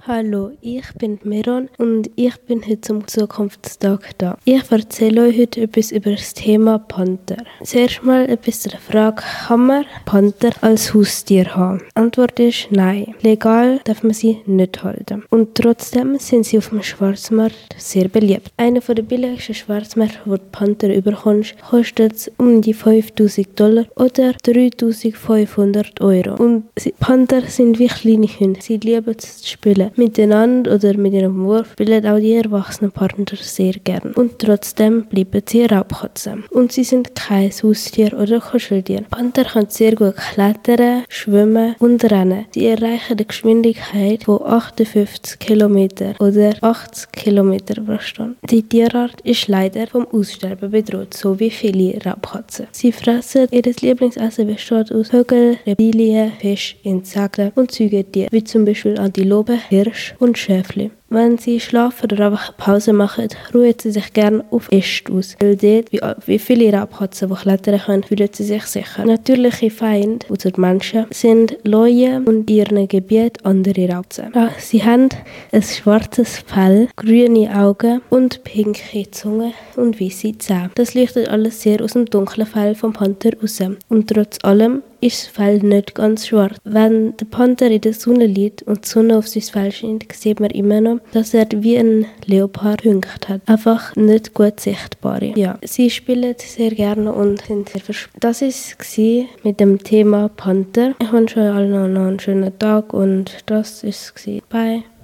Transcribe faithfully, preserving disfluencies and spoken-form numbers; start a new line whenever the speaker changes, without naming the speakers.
Hallo, ich bin Meron und ich bin heute zum Zukunftstag da. Ich erzähle euch heute etwas über das Thema Panther. Zuerst mal etwas zu der Frage, kann man Panther als Haustier haben? Die Antwort ist nein. Legal darf man sie nicht halten. Und trotzdem sind sie auf dem Schwarzmarkt sehr beliebt. Einer der billigsten Schwarzmärkte, wo du Panther überkommst, kostet um die fünftausend Dollar oder dreitausendfünfhundert Euro. Und sie- Panther sind wie kleine Hunde. Sie lieben zu spielen. Miteinander oder mit ihrem Wurf spielen auch die erwachsenen Partner sehr gern. Und trotzdem bleiben sie Raubkatzen. Und sie sind kein Haustier oder Kuscheltier. Panther können sehr gut klettern, schwimmen und rennen. Sie erreichen eine Geschwindigkeit von achtundfünfzig Kilometer oder achtzig Kilometer pro Stunde. Die Tierart ist leider vom Aussterben bedroht, so wie viele Raubkatzen. Sie fressen, ihr Lieblingsessen besteht aus Vögeln, Reptilien, Fisch, Insekten und Säugetieren, wie zum Beispiel Antilopen, Hirsch und Schäfli. Wenn sie schlafen oder einfach Pause machen, ruhen sie sich gerne auf Ästen aus. Weil dort, wie, wie viele Raubkatzen, die klettern können, fühlen sie sich sicher. Natürliche Feinde, also die Menschen, sind Löwen und in ihrem Gebiet andere Raubkatzen. Sie haben ein schwarzes Fell, grüne Augen und pinke Zunge und weiße Zähne. Das leuchtet alles sehr aus dem dunklen Fell vom Panther raus. Und trotz allem ist das Fell nicht ganz schwarz. Wenn der Panther in der Sonne liegt und die Sonne auf sein Fell scheint, sieht man immer noch, dass er wie ein Leopard Punkte hat. Einfach nicht gut sichtbare. Ja, sie spielen sehr gerne und sind sehr verspannt. Das war es mit dem Thema Panther. Ich wünsche euch allen noch einen schönen Tag und das war es. Bye.